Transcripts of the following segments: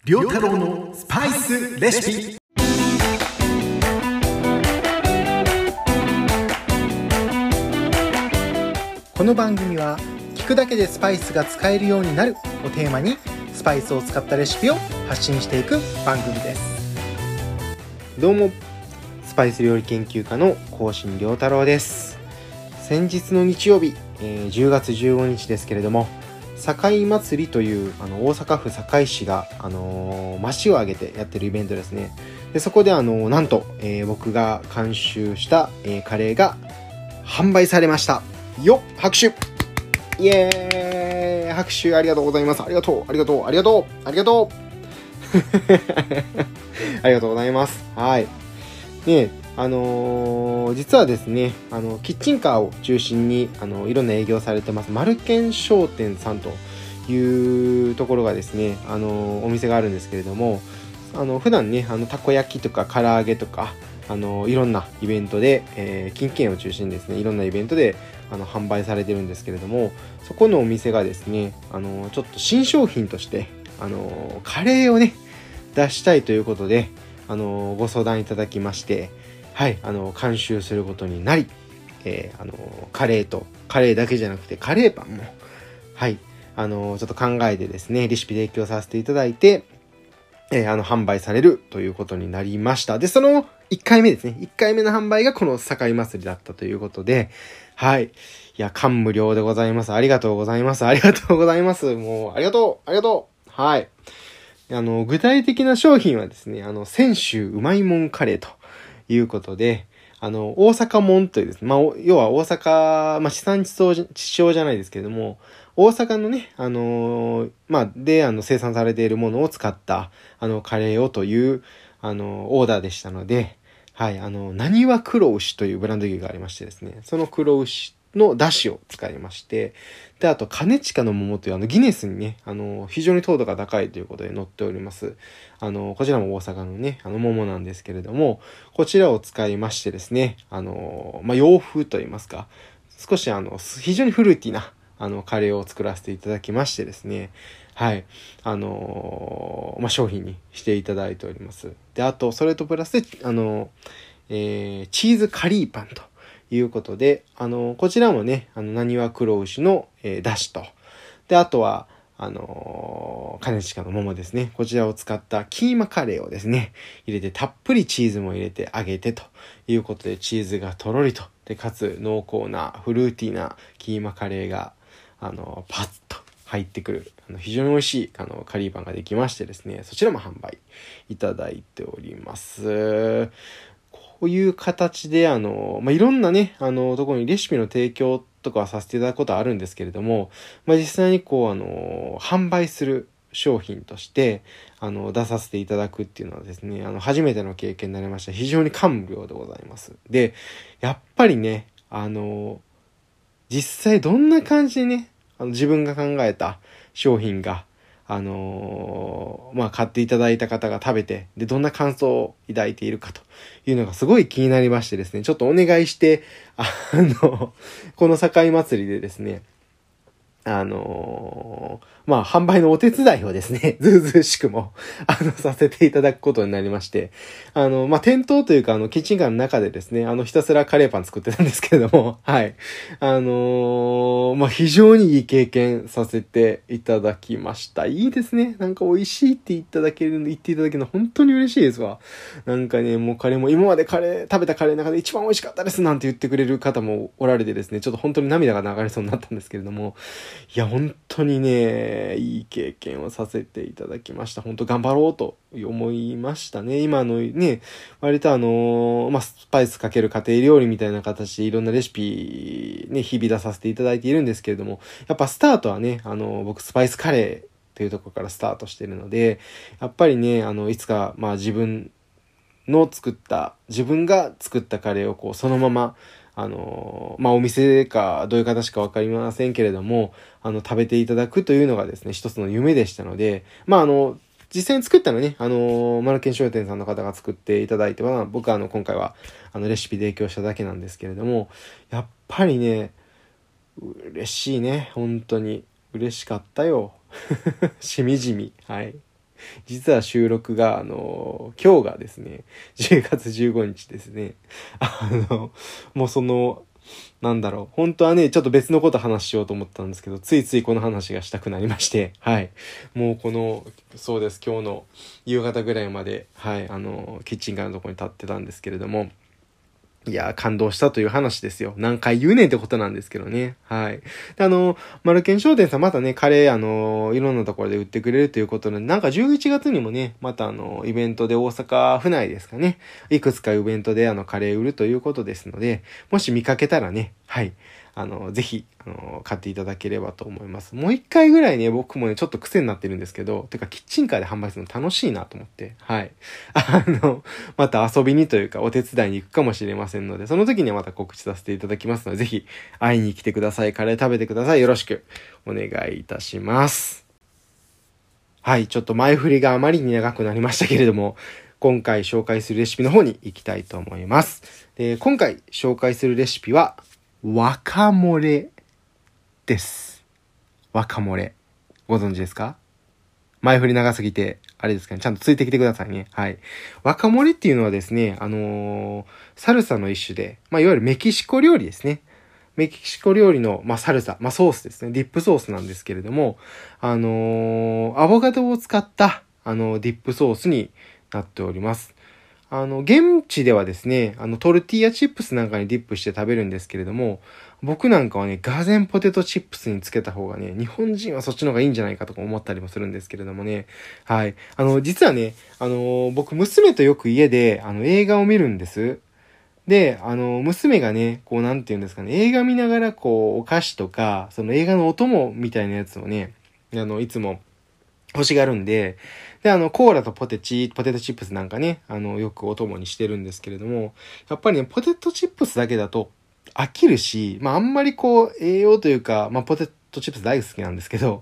良太郎のスパイスレシピ。この番組は聞くだけでスパイスが使えるようになるをテーマに、スパイスを使ったレシピを発信していく番組です。 どうも、スパイス料理研究家の香辛良太郎です。先日の日曜日、10月15日ですけれども、堺祭りという大阪府堺市が、町を挙げてやってるイベントですね。でそこでなんと、僕が監修した、カレーが販売されました。よっ、拍手、イエーイ、拍手ありがとうございます。ありがとうありがとうありがとうありがとうありがとうございます。はい。ね、実はですね、キッチンカーを中心にいろんな営業されてますマルケン商店さんというところがですね、お店があるんですけれども、普段ね、たこ焼きとか唐揚げとかいろんなイベントで、近県を中心にですね、いろんなイベントで販売されてるんですけれども、そこのお店がですね、ちょっと新商品としてカレーをね出したいということでご相談いただきまして、はい、監修することになり、カレーだけじゃなくてカレーパンも、はい、ちょっと考えてですね、レシピ提供させていただいて、販売されるということになりました。で、その1回目ですね。1回目の販売がこの堺祭りだったということで、はい。いや、感無量でございます。ありがとうございます。ありがとうございます。もう、ありがとうありがとうはい。具体的な商品はですね、泉州うまいもんカレーということで、大阪もんというですね、要は大阪、地産地消じゃないですけれども、大阪のね、で、生産されているものを使った、カレーをという、オーダーでしたので、はい、なにわ黒牛というブランド牛がありましてですね、その黒牛の出汁を使いまして、で、あと、兼近の桃というギネスにね、非常に糖度が高いということで載っております。こちらも大阪のね、桃なんですけれども、こちらを使いましてですね、洋風と言いますか、少し非常にフルーティーな、カレーを作らせていただきましてですね、はい、商品にしていただいております。で、あと、それとプラスで、チーズカリーパンということで、こちらもね、なにわ黒牛の、だしと、で、あとは、兼近の桃ですね。こちらを使ったキーマカレーをですね、入れて、たっぷりチーズも入れて揚げてということで、チーズがとろりと、で、かつ濃厚なフルーティーなキーマカレーが、パッと入ってくる、非常に美味しい、カリーパンができましてですね、そちらも販売いただいております。こういう形で、いろんなね、ところにレシピの提供とかはさせていただくことはあるんですけれども、実際にこう、販売する商品として、出させていただくっていうのはですね、初めての経験になりました。非常に感無量でございます。で、やっぱりね、実際どんな感じでね、自分が考えた商品が、買っていただいた方が食べて、で、どんな感想を抱いているかというのがすごい気になりましてですね、ちょっとお願いして、この堺祭りでですね、販売のお手伝いをですね、ずうずうしくも、させていただくことになりまして、店頭というか、キッチンカーの中でですね、ひたすらカレーパン作ってたんですけれども、はい。非常にいい経験させていただきました。いいですね。なんか美味しいって言っていただけるの本当に嬉しいですわ。なんかね、もうカレーも今まで食べたカレーの中で一番美味しかったですなんて言ってくれる方もおられてですね、ちょっと本当に涙が流れそうになったんですけれども、いや、本当にね、いい経験をさせていただきました。本当頑張ろうと思いましたね。今ね、割とスパイスかける家庭料理みたいな形でいろんなレシピね、日々出させていただいているんですけれども、やっぱスタートはね、僕スパイスカレーっていうところからスタートしているので、やっぱりね、いつか、自分が作ったカレーをこう、そのまま、お店かどういう形かわかりませんけれども、食べていただくというのがですね、一つの夢でしたので、実際に作ったのね、マルケン商店さんの方が作っていただいては、僕は今回は、レシピ提供しただけなんですけれども、やっぱりね、嬉しいね、本当に。嬉しかったよ。しみじみ。はい。 実は収録が、今日がですね、10月15日ですね。もう本当はね、ちょっと別のこと話しようと思ったんですけど、ついついこの話がしたくなりまして、はい。もうそうです、今日の夕方ぐらいまで、はい、キッチンカーのところに立ってたんですけれども、いやー、感動したという話ですよ。何回言うねんってことなんですけどね。はい。で、マルケン商店さんまたね、カレー、いろんなところで売ってくれるということで、なんか11月にもね、またイベントで大阪府内ですかね、いくつかイベントでカレー売るということですので、もし見かけたらね、はい。ぜひ、買っていただければと思います。もう一回ぐらいね、僕もね、ちょっと癖になってるんですけど、てか、キッチンカーで販売するの楽しいなと思って、はい。また遊びにというか、お手伝いに行くかもしれませんので、その時にはまた告知させていただきますので、ぜひ、会いに来てください。カレー食べてください。よろしく、お願いいたします。はい、ちょっと前振りがあまりに長くなりましたけれども、今回紹介するレシピの方に行きたいと思います。で、今回紹介するレシピは、ワカモレです。ワカモレ。ご存知ですか？前振り長すぎて、あれですかね。ちゃんとついてきてくださいね。はい。ワカモレっていうのはですね、サルサの一種で、いわゆるメキシコ料理ですね。メキシコ料理の、サルサ、ソースですね。ディップソースなんですけれども、アボカドを使った、ディップソースになっております。現地ではですね、トルティーヤチップスなんかにディップして食べるんですけれども、僕なんかはね、ガーゼンポテトチップスにつけた方がね、日本人はそっちの方がいいんじゃないかとか思ったりもするんですけれどもね。はい。実はね、僕、娘とよく家で、映画を見るんです。で、娘がね、なんて言うんですかね、映画見ながら、お菓子とか、その映画のお供みたいなやつをね、いつも欲しがるんで、コーラとポテトチップスなんかね、よくお供にしてるんですけれども、やっぱりね、ポテトチップスだけだと飽きるし、あんまり栄養というか、ポテトチップス大好きなんですけど、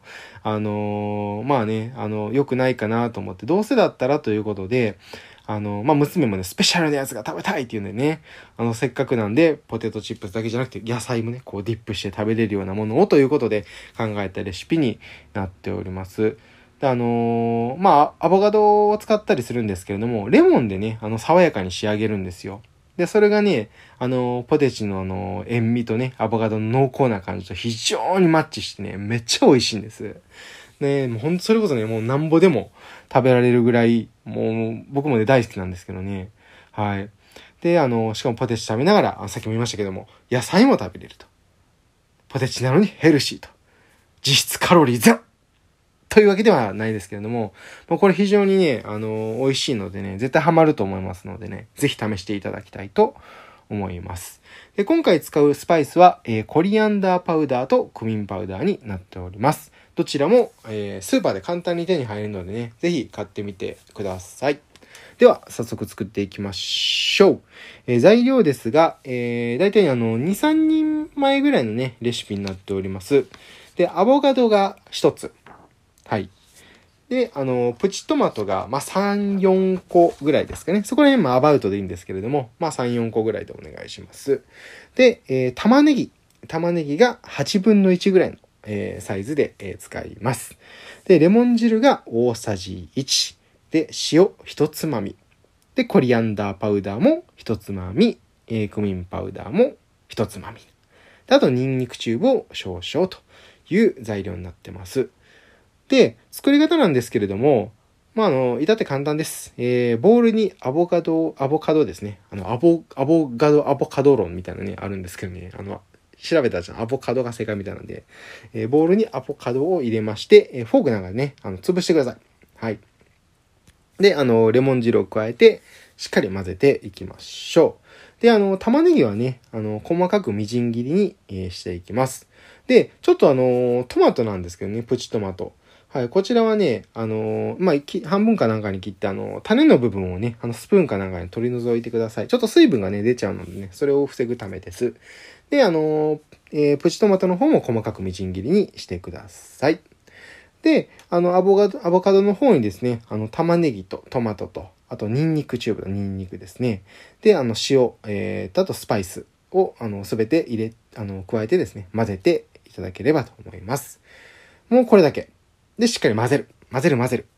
良くないかなと思って、どうせだったらということで、娘もね、スペシャルなやつが食べたいっていうんでね、せっかくなんで、ポテトチップスだけじゃなくて、野菜もね、ディップして食べれるようなものをということで考えたレシピになっております。で、アボカドを使ったりするんですけれども、レモンでね、爽やかに仕上げるんですよ。で、それがね、ポテチの塩味とね、アボカドの濃厚な感じと非常にマッチしてね、めっちゃ美味しいんです。ね、もうほんとそれこそね、もうなんぼでも食べられるぐらい、もう僕もね大好きなんですけどね。はい。で、しかもポテチ食べながら、さっきも言いましたけども、野菜も食べれると。ポテチなのにヘルシーと。実質カロリーゼロというわけではないですけれども、これ非常にね、美味しいのでね、絶対ハマると思いますのでね、ぜひ試していただきたいと思います。で、今回使うスパイスは、コリアンダーパウダーとクミンパウダーになっております。どちらも、スーパーで簡単に手に入るのでね、ぜひ買ってみてください。では、早速作っていきましょう。材料ですが、だいたい2、3人前ぐらいのね、レシピになっております。で、アボカドが1つ。はい。で、プチトマトが、3、4個ぐらいですかね。そこら辺、アバウトでいいんですけれども、3、4個ぐらいでお願いします。で、玉ねぎが8分の1ぐらいの、サイズで、使います。で、レモン汁が大さじ1。で、塩1つまみ。で、コリアンダーパウダーも1つまみ。クミンパウダーも1つまみ。で、あと、ニンニクチューブを少々という材料になってます。で、作り方なんですけれども、至って簡単です。ボウルにアボカドですね。アボカド論みたいなね、あるんですけどね。調べたらアボカドが正解みたいなんで、ボウルにアボカドを入れまして、フォークなんかでね、潰してください。はい。で、レモン汁を加えて、しっかり混ぜていきましょう。で、玉ねぎはね、細かくみじん切りに、していきます。で、ちょっとトマトなんですけどね、プチトマト。はい、こちらはね、半分かなんかに切って、種の部分をね、スプーンかなんかに取り除いてください。ちょっと水分がね、出ちゃうのでね、それを防ぐためです。で、プチトマトの方も細かくみじん切りにしてください。で、アボカドの方にですね、玉ねぎとトマトと、あとニンニクチューブのニンニクですね。で、塩、あとスパイスを、すべて加えてですね、混ぜていただければと思います。もうこれだけ。で、しっかり混ぜる。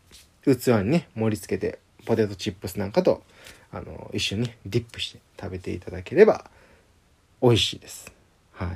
器にね、盛り付けて、ポテトチップスなんかと、一緒にね、ディップして食べていただければ、美味しいです。はい。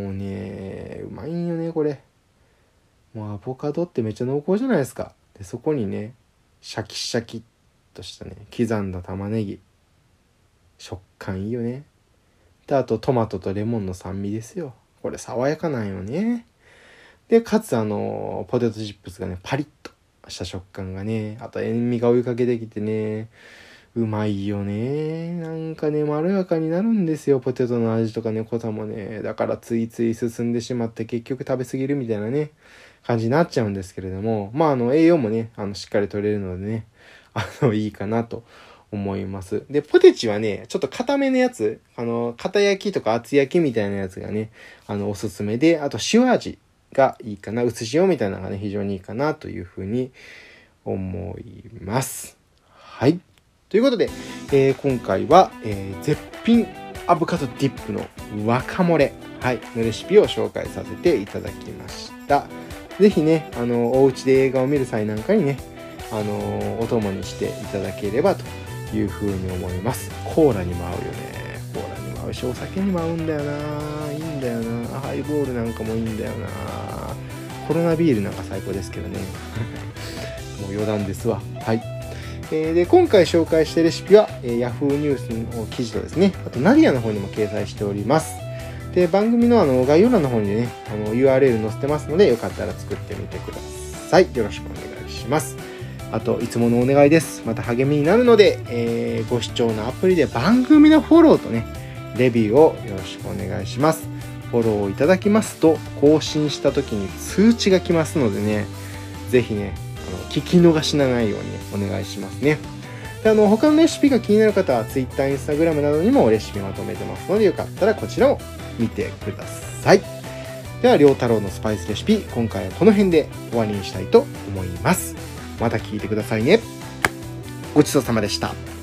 もうね、うまいんよね、これ。もうアボカドってめっちゃ濃厚じゃないですか。で、そこにね、シャキシャキっとしたね、刻んだ玉ねぎ。食感いいよね。で、あとトマトとレモンの酸味ですよ。これ爽やかなんよね。で、かつポテトチップスがね、パリッとした食感がね、あと塩味が追いかけてきてね、うまいよね。なんかね、まろやかになるんですよ。ポテトの味とかね、濃さもね。だからついつい進んでしまって結局食べ過ぎるみたいなね、感じになっちゃうんですけれども、まあ栄養もね、しっかり取れるのでね、いいかなと思います。で、ポテチはね、ちょっと固めのやつ、片焼きとか厚焼きみたいなやつがね、おすすめで、あと塩味がいいかな、薄塩みたいなのがね、非常にいいかなというふうに思います。はい。ということで、今回は、絶品アボカドディップのワカモレ、はい、のレシピを紹介させていただきました。ぜひね、お家で映画を見る際なんかにね、お供にしていただければというふうに思います。コーラにも合うよね。コーラにも合うし、お酒にも合うんだよな。いいんだよな。ハイボールなんかもいいんだよな。コロナビールなんか最高ですけどね。もう余談ですわ。はい。で、今回紹介したレシピは、Yahoo ニュースの記事とですね、あとナディアの方にも掲載しております。で、番組の概要欄の方にね、URL 載せてますので、よかったら作ってみてください。よろしくお願いします。あと、いつものお願いです。また励みになるので、ご視聴のアプリで番組のフォローとね、レビューをよろしくお願いします。フォローいただきますと、更新した時に通知が来ますのでね、ぜひね、聞き逃しないようにお願いしますね。で、他のレシピが気になる方は Twitter、Instagram などにもレシピまとめてますので、よかったらこちらも見てください。では、りょうたろうのスパイスレシピ、今回はこの辺で終わりにしたいと思います。また聞いてくださいね。ごちそうさまでした。